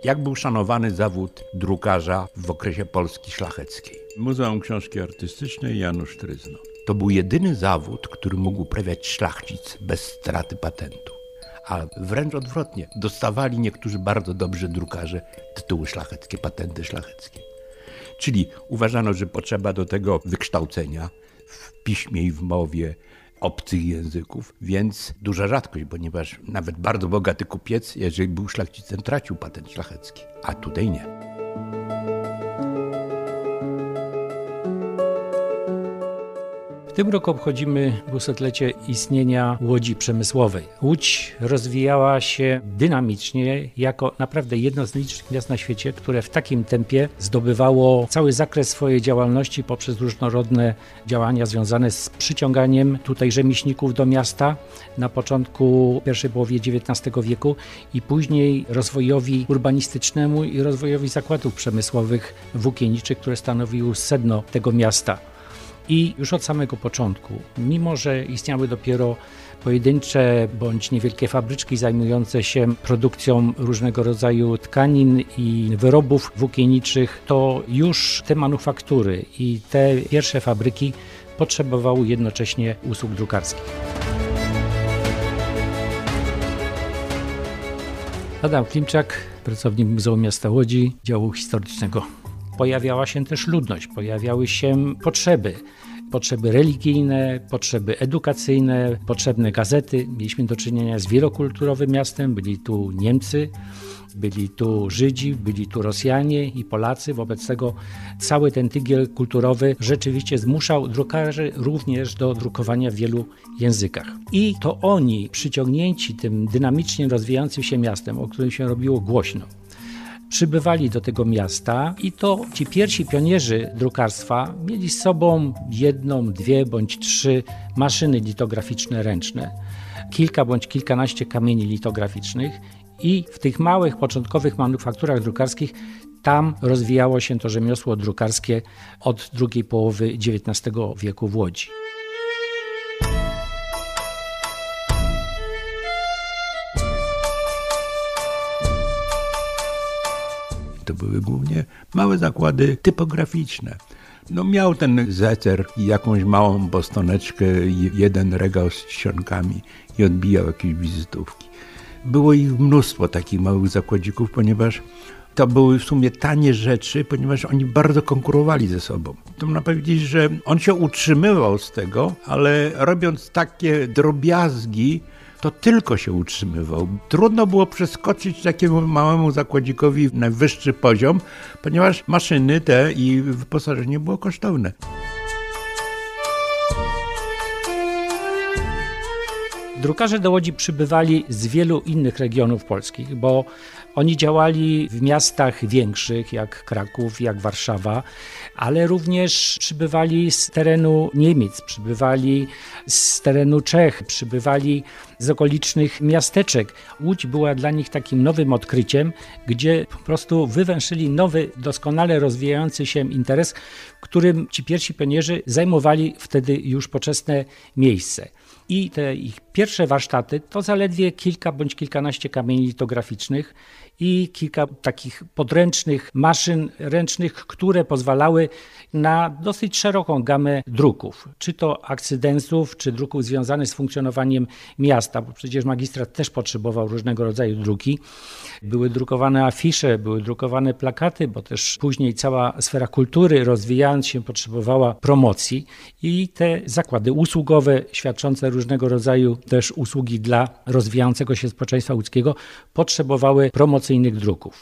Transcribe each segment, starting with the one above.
Jak był szanowany zawód drukarza w okresie Polski szlacheckiej? Muzeum Książki Artystycznej Janusz Tryzno. To był jedyny zawód, który mógł uprawiać szlachcic bez straty patentu. A wręcz odwrotnie, dostawali niektórzy bardzo dobrzy drukarze tytuły szlacheckie, patenty szlacheckie. Czyli uważano, że potrzeba do tego wykształcenia w piśmie i w mowie obcych języków, więc duża rzadkość, ponieważ nawet bardzo bogaty kupiec, jeżeli był szlachcicem, tracił patent szlachecki, a tutaj nie. W tym roku obchodzimy 200-lecie istnienia Łodzi Przemysłowej. Łódź rozwijała się dynamicznie jako naprawdę jedno z licznych miast na świecie, które w takim tempie zdobywało cały zakres swojej działalności poprzez różnorodne działania związane z przyciąganiem tutaj rzemieślników do miasta na początku pierwszej połowie XIX wieku i później rozwojowi urbanistycznemu i rozwojowi zakładów przemysłowych włókienniczych, które stanowiły sedno tego miasta. I już od samego początku, mimo że istniały dopiero pojedyncze bądź niewielkie fabryczki zajmujące się produkcją różnego rodzaju tkanin i wyrobów włókienniczych, to już te manufaktury i te pierwsze fabryki potrzebowały jednocześnie usług drukarskich. Adam Klimczak, pracownik Muzeum Miasta Łodzi, działu historycznego. Pojawiała się też ludność, pojawiały się potrzeby religijne, potrzeby edukacyjne, potrzebne gazety. Mieliśmy do czynienia z wielokulturowym miastem, byli tu Niemcy, byli tu Żydzi, byli tu Rosjanie i Polacy. Wobec tego cały ten tygiel kulturowy rzeczywiście zmuszał drukarzy również do drukowania w wielu językach. I to oni, przyciągnięci tym dynamicznie rozwijającym się miastem, o którym się robiło głośno, przybywali do tego miasta i to ci pierwsi pionierzy drukarstwa mieli z sobą jedną, dwie bądź trzy maszyny litograficzne ręczne, kilka bądź kilkanaście kamieni litograficznych i w tych małych, początkowych manufakturach drukarskich tam rozwijało się to rzemiosło drukarskie od drugiej połowy XIX wieku w Łodzi. To były głównie małe zakłady typograficzne. Miał ten zecer i jakąś małą bostoneczkę, jeden regał z ściankami i odbijał jakieś wizytówki. Było ich mnóstwo takich małych zakładzików, ponieważ to były w sumie tanie rzeczy, ponieważ oni bardzo konkurowali ze sobą. To można powiedzieć, że on się utrzymywał z tego, ale robiąc takie drobiazgi, to tylko się utrzymywał. Trudno było przeskoczyć takiemu małemu zakładzikowi na wyższy poziom, ponieważ maszyny te i wyposażenie było kosztowne. Drukarze do Łodzi przybywali z wielu innych regionów polskich, bo oni działali w miastach większych jak Kraków, jak Warszawa, ale również przybywali z terenu Niemiec, przybywali z terenu Czech, przybywali z okolicznych miasteczek. Łódź była dla nich takim nowym odkryciem, gdzie po prostu wywęszyli nowy, doskonale rozwijający się interes, w którym ci pierwsi pionierzy zajmowali wtedy już poczesne miejsce. I te ich pierwsze warsztaty to zaledwie kilka bądź kilkanaście kamieni litograficznych i kilka takich podręcznych maszyn ręcznych, które pozwalały na dosyć szeroką gamę druków, czy to akcydensów, czy druków związanych z funkcjonowaniem miasta, bo przecież magistrat też potrzebował różnego rodzaju druki. Były drukowane afisze, były drukowane plakaty, bo też później cała sfera kultury rozwijając się potrzebowała promocji i te zakłady usługowe świadczące różnego rodzaju też usługi dla rozwijającego się społeczeństwa łódzkiego potrzebowały promocyjnych druków.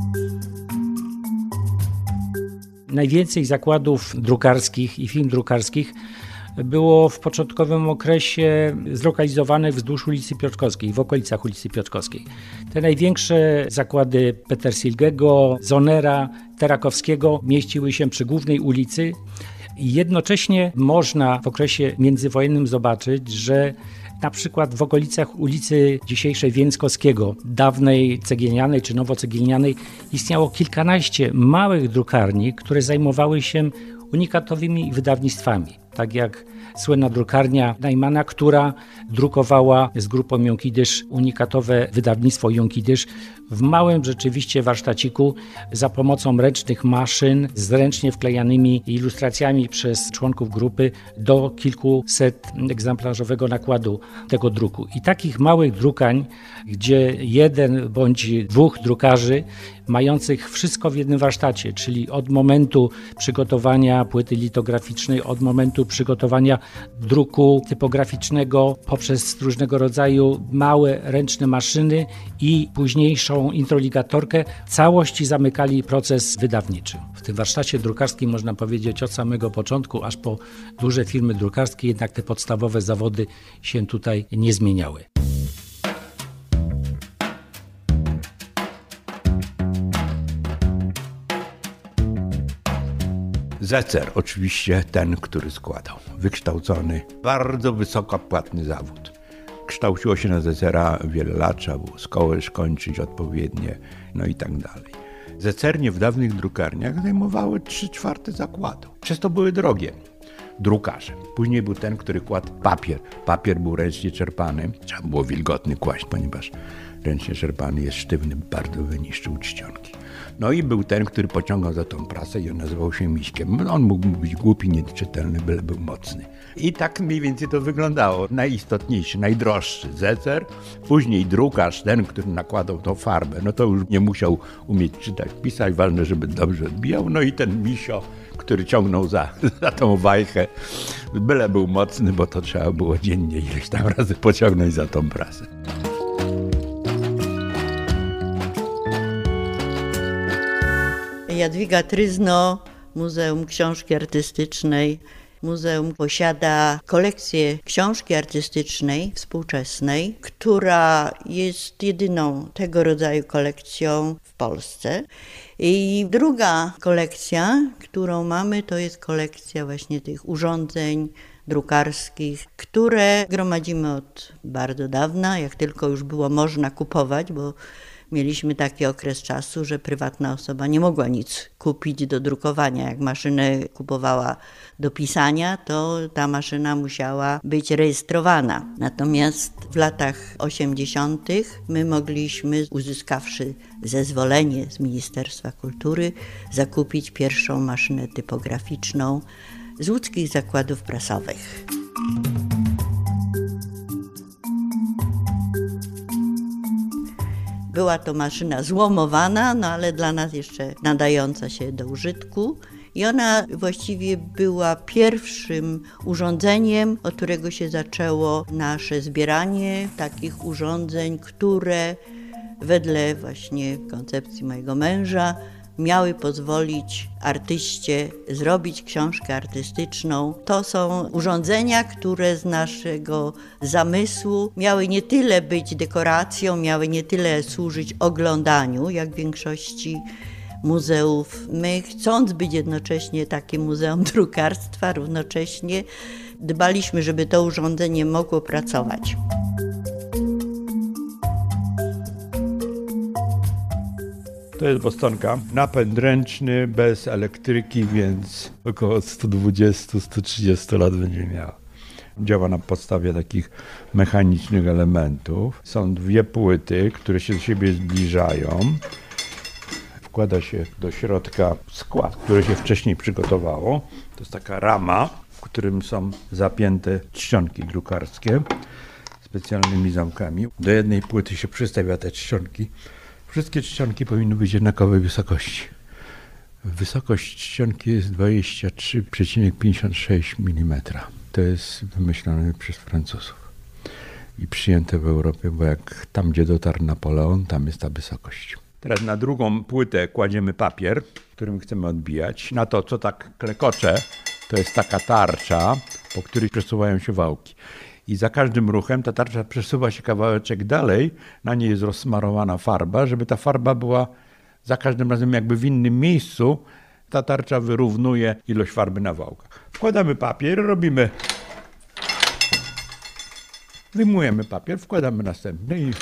Najwięcej zakładów drukarskich i firm drukarskich było w początkowym okresie zlokalizowanych wzdłuż ulicy Piotrkowskiej, w okolicach ulicy Piotrkowskiej. Te największe zakłady Petersilgego, Zonera, Terakowskiego mieściły się przy głównej ulicy. Jednocześnie można w okresie międzywojennym zobaczyć, że na przykład w okolicach ulicy dzisiejszej Więckowskiego, dawnej cegielnianej czy nowocegielnianej, istniało kilkanaście małych drukarni, które zajmowały się unikatowymi wydawnictwami. tak jak słynna drukarnia Najmana, która drukowała z grupą Junkidysz unikatowe wydawnictwo Junkidysz w małym rzeczywiście warsztaciku za pomocą ręcznych maszyn z ręcznie wklejanymi ilustracjami przez członków grupy do kilkuset egzemplarzowego nakładu tego druku. I takich małych drukań, gdzie jeden bądź dwóch drukarzy mających wszystko w jednym warsztacie, czyli od momentu przygotowania płyty litograficznej, od momentu przygotowania druku typograficznego poprzez różnego rodzaju małe ręczne maszyny i późniejszą introligatorkę, w całości zamykali proces wydawniczy. W tym warsztacie drukarskim można powiedzieć od samego początku, aż po duże firmy drukarskie, jednak te podstawowe zawody się tutaj nie zmieniały. Zecer, oczywiście ten, który składał. Wykształcony, bardzo wysoko płatny zawód. Kształciło się na zecera wiele lat, trzeba było szkoły kończyć odpowiednie, no i tak dalej. Zecernie w dawnych drukarniach zajmowały 3/4 zakładu. Przez to były drogie drukarze. Później był ten, który kładł papier. Papier był ręcznie czerpany. Trzeba było wilgotny kłaść, ponieważ ręcznie czerpany jest sztywny, bardzo wyniszczył czcionki. No i był ten, który pociągał za tą prasę i on nazywał się Miśkiem. On mógł być głupi, nieczytelny, byle był mocny. I tak mniej więcej to wyglądało. Najistotniejszy, najdroższy zecer, później drukarz, ten, który nakładał tą farbę, no to już nie musiał umieć czytać, pisać, ważne, żeby dobrze odbijał. No i ten misio, który ciągnął za tą wajchę, byle był mocny, bo to trzeba było dziennie ileś tam razy pociągnąć za tą prasę. Jadwiga Tryzno, Muzeum Książki Artystycznej. Muzeum posiada kolekcję książki artystycznej współczesnej, która jest jedyną tego rodzaju kolekcją w Polsce. I druga kolekcja, którą mamy, to jest kolekcja właśnie tych urządzeń drukarskich, które gromadzimy od bardzo dawna, jak tylko już było można kupować, bo mieliśmy taki okres czasu, że prywatna osoba nie mogła nic kupić do drukowania. Jak maszynę kupowała do pisania, to ta maszyna musiała być rejestrowana. Natomiast w latach 80. my mogliśmy, uzyskawszy zezwolenie z Ministerstwa Kultury, zakupić pierwszą maszynę typograficzną z łódzkich zakładów prasowych. Była to maszyna złomowana, no ale dla nas jeszcze nadająca się do użytku. I ona właściwie była pierwszym urządzeniem, od którego się zaczęło nasze zbieranie takich urządzeń, które wedle właśnie koncepcji mojego męża miały pozwolić artyście zrobić książkę artystyczną. To są urządzenia, które z naszego zamysłu miały nie tyle być dekoracją, miały nie tyle służyć oglądaniu, jak w większości muzeów. My, chcąc być jednocześnie takim muzeum drukarstwa, równocześnie dbaliśmy, żeby to urządzenie mogło pracować. To jest bostonka, napęd ręczny, bez elektryki, więc około 120-130 lat będzie miała. Działa na podstawie takich mechanicznych elementów. Są dwie płyty, które się do siebie zbliżają. Wkłada się do środka skład, który się wcześniej przygotowało. To jest taka rama, w którym są zapięte czcionki drukarskie specjalnymi zamkami. Do jednej płyty się przystawia te czcionki. Wszystkie czcionki powinny być jednakowej wysokości. Wysokość czcionki jest 23,56 mm. To jest wymyślone przez Francuzów i przyjęte w Europie, bo jak tam, gdzie dotarł Napoleon, tam jest ta wysokość. Teraz na drugą płytę kładziemy papier, którym chcemy odbijać. Na to, co tak klekocze, to jest taka tarcza, po której przesuwają się wałki. I za każdym ruchem ta tarcza przesuwa się kawałeczek dalej, na niej jest rozsmarowana farba, żeby ta farba była za każdym razem jakby w innym miejscu. Ta tarcza wyrównuje ilość farby na wałkach. Wkładamy papier, robimy... Wyjmujemy papier, wkładamy następny i...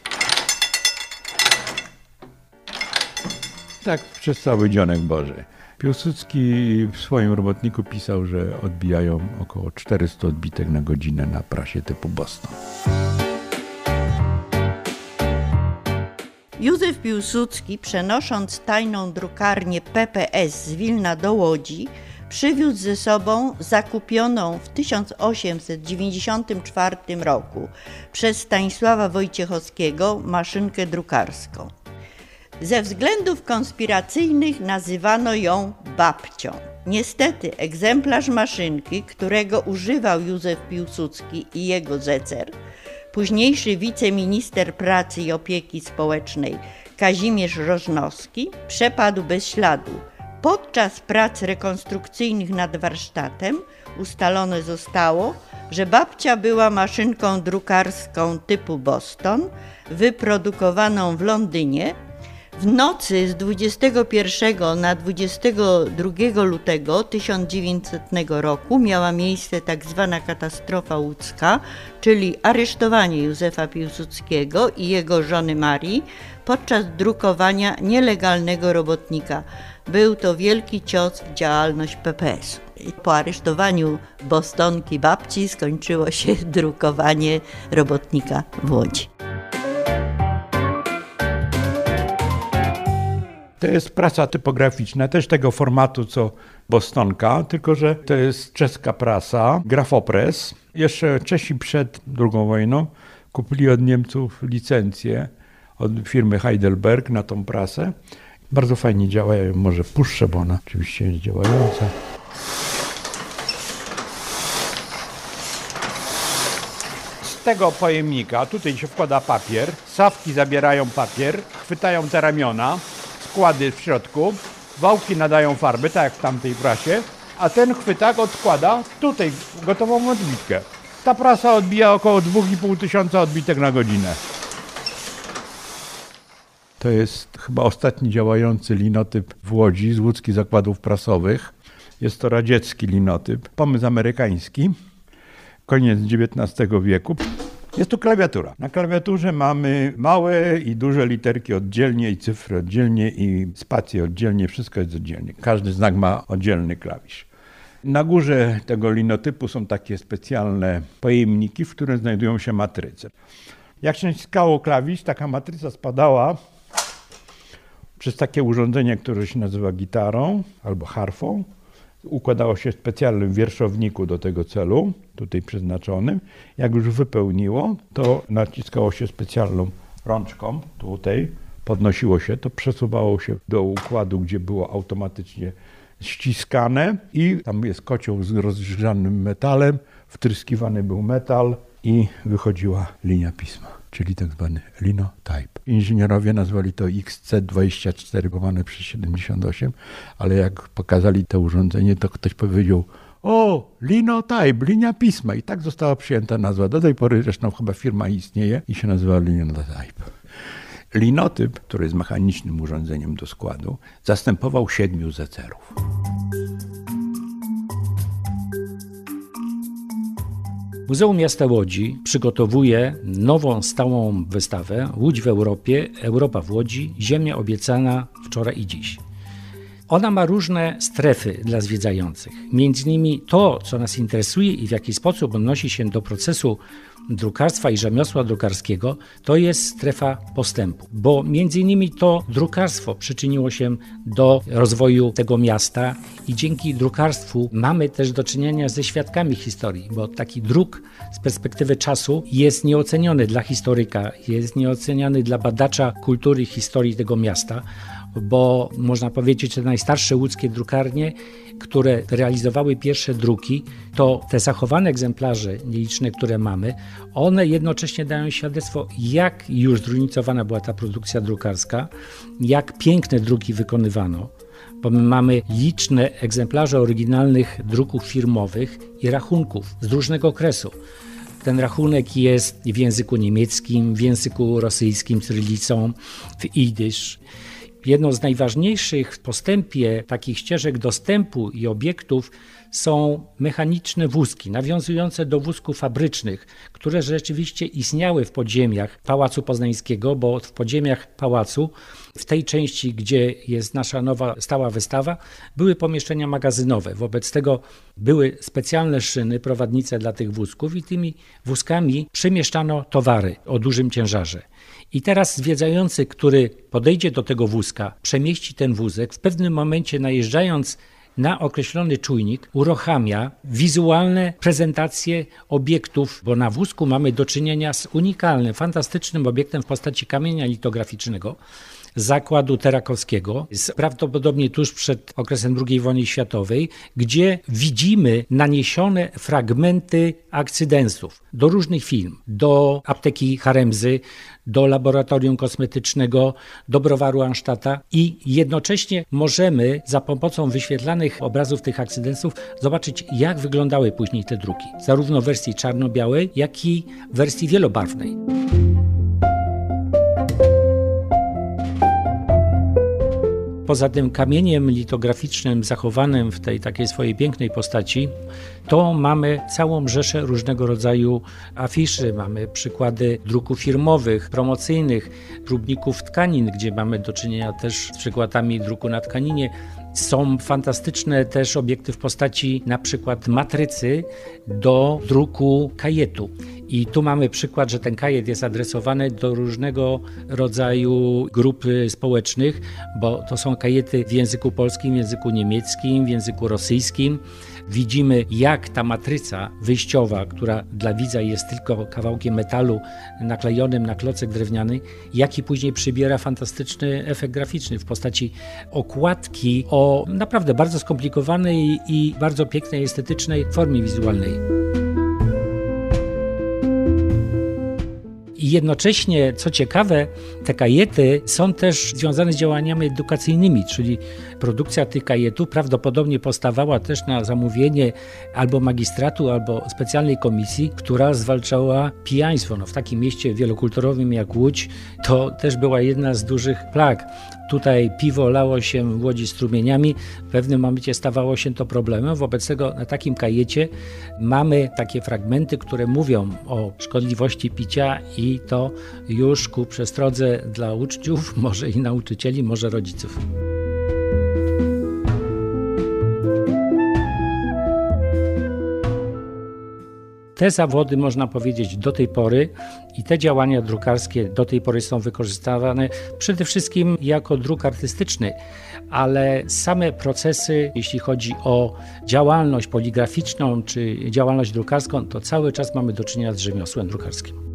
Tak przez cały dzionek Boży. Piłsudski w swoim robotniku pisał, że odbijają około 400 odbitek na godzinę na prasie typu Boston. Józef Piłsudski, przenosząc tajną drukarnię PPS z Wilna do Łodzi, przywiózł ze sobą zakupioną w 1894 roku przez Stanisława Wojciechowskiego maszynkę drukarską. Ze względów konspiracyjnych nazywano ją babcią. Niestety egzemplarz maszynki, którego używał Józef Piłsudski i jego zecer, późniejszy wiceminister pracy i opieki społecznej Kazimierz Rożnowski, przepadł bez śladu. Podczas prac rekonstrukcyjnych nad warsztatem ustalone zostało, że babcia była maszynką drukarską typu Boston, wyprodukowaną w Londynie. W nocy z 21 na 22 lutego 1900 roku miała miejsce tak zwana katastrofa łódzka, czyli aresztowanie Józefa Piłsudskiego i jego żony Marii podczas drukowania nielegalnego robotnika. Był to wielki cios w działalność PPS. Po aresztowaniu bostonki babci skończyło się drukowanie robotnika w Łodzi. To jest prasa typograficzna, też tego formatu co Bostonka, tylko że to jest czeska prasa, Grafopres. Jeszcze Czesi przed II wojną kupili od Niemców licencję od firmy Heidelberg na tą prasę. Bardzo fajnie działają, może puszczę, bo ona oczywiście jest działająca. Z tego pojemnika tutaj się wkłada papier, sawki zabierają papier, chwytają te ramiona, składy w środku, wałki nadają farby, tak jak w tamtej prasie, a ten chwytak odkłada tutaj gotową odbitkę. Ta prasa odbija około 2500 odbitek na godzinę. To jest chyba ostatni działający linotyp w Łodzi z łódzkich zakładów prasowych. Jest to radziecki linotyp, pomysł amerykański, koniec XIX wieku. Jest tu klawiatura. Na klawiaturze mamy małe i duże literki oddzielnie i cyfry oddzielnie i spacje oddzielnie, wszystko jest oddzielnie. Każdy znak ma oddzielny klawisz. Na górze tego linotypu są takie specjalne pojemniki, w których znajdują się matryce. Jak się naciskało klawisz, taka matryca spadała przez takie urządzenie, które się nazywa gitarą albo harfą. Układało się w specjalnym wierszowniku do tego celu, tutaj przeznaczonym. Jak już wypełniło, to naciskało się specjalną rączką, tutaj podnosiło się, to przesuwało się do układu, gdzie było automatycznie ściskane i tam jest kocioł z rozgrzanym metalem, wtryskiwany był metal i wychodziła linia pisma, czyli tak zwany linotype. Inżynierowie nazwali to XC24/78, ale jak pokazali to urządzenie, to ktoś powiedział: o, linotype, linia pisma. I tak została przyjęta nazwa. Do tej pory zresztą chyba firma istnieje i się nazywa linotype. Linotyp, który jest mechanicznym urządzeniem do składu, zastępował 7 zecerów. Muzeum Miasta Łodzi przygotowuje nową stałą wystawę Łódź w Europie, Europa w Łodzi, Ziemia obiecana wczoraj i dziś. Ona ma różne strefy dla zwiedzających. Między innymi to, co nas interesuje i w jaki sposób odnosi się do procesu drukarstwa i rzemiosła drukarskiego, to jest strefa postępu, bo między innymi to drukarstwo przyczyniło się do rozwoju tego miasta i dzięki drukarstwu mamy też do czynienia ze świadkami historii, bo taki druk z perspektywy czasu jest nieoceniony dla historyka, jest nieoceniany dla badacza kultury i historii tego miasta, bo można powiedzieć, że najstarsze łódzkie drukarnie, które realizowały pierwsze druki, to te zachowane egzemplarze nieliczne, które mamy, one jednocześnie dają świadectwo, jak już zróżnicowana była ta produkcja drukarska, jak piękne druki wykonywano, bo my mamy liczne egzemplarze oryginalnych druków firmowych i rachunków z różnego okresu. Ten rachunek jest w języku niemieckim, w języku rosyjskim, cyrylicą, w jidysz. Jedną z najważniejszych w postępie takich ścieżek dostępu i obiektów są mechaniczne wózki, nawiązujące do wózków fabrycznych, które rzeczywiście istniały w podziemiach Pałacu Poznańskiego, bo w podziemiach pałacu, w tej części, gdzie jest nasza nowa stała wystawa, były pomieszczenia magazynowe. Wobec tego były specjalne szyny, prowadnice dla tych wózków i tymi wózkami przemieszczano towary o dużym ciężarze. I teraz zwiedzający, który podejdzie do tego wózka, przemieści ten wózek, w pewnym momencie najeżdżając na określony czujnik, uruchamia wizualne prezentacje obiektów, bo na wózku mamy do czynienia z unikalnym, fantastycznym obiektem w postaci kamienia litograficznego z zakładu terakowskiego, prawdopodobnie tuż przed okresem II wojny światowej, gdzie widzimy naniesione fragmenty akcydensów do różnych firm, do apteki Haremzy, do laboratorium kosmetycznego, do browaru Anstata i jednocześnie możemy za pomocą wyświetlanych obrazów tych akcydensów zobaczyć, jak wyglądały później te druki, zarówno w wersji czarno-białej, jak i w wersji wielobarwnej. Poza tym kamieniem litograficznym zachowanym w tej takiej swojej pięknej postaci, to mamy całą rzeszę różnego rodzaju afiszy. Mamy przykłady druków firmowych, promocyjnych, próbników tkanin, gdzie mamy do czynienia też z przykładami druku na tkaninie. Są fantastyczne też obiekty w postaci na przykład matrycy do druku kajetu. I tu mamy przykład, że ten kajet jest adresowany do różnego rodzaju grup społecznych, bo to są kajety w języku polskim, w języku niemieckim, w języku rosyjskim. Widzimy, jak ta matryca wyjściowa, która dla widza jest tylko kawałkiem metalu naklejonym na klocek drewniany, jaki później przybiera fantastyczny efekt graficzny w postaci okładki o naprawdę bardzo skomplikowanej i bardzo pięknej, estetycznej formie wizualnej. I jednocześnie, co ciekawe, te kajety są też związane z działaniami edukacyjnymi, czyli produkcja tych kajetów prawdopodobnie powstawała też na zamówienie albo magistratu, albo specjalnej komisji, która zwalczała pijaństwo. W takim mieście wielokulturowym jak Łódź to też była jedna z dużych plag. Tutaj piwo lało się w Łodzi strumieniami, w pewnym momencie stawało się to problemem, wobec tego na takim kajecie mamy takie fragmenty, które mówią o szkodliwości picia i to już ku przestrodze dla uczniów, może i nauczycieli, może rodziców. Te zawody, można powiedzieć, do tej pory i te działania drukarskie do tej pory są wykorzystywane przede wszystkim jako druk artystyczny, ale same procesy, jeśli chodzi o działalność poligraficzną czy działalność drukarską, to cały czas mamy do czynienia z rzemiosłem drukarskim.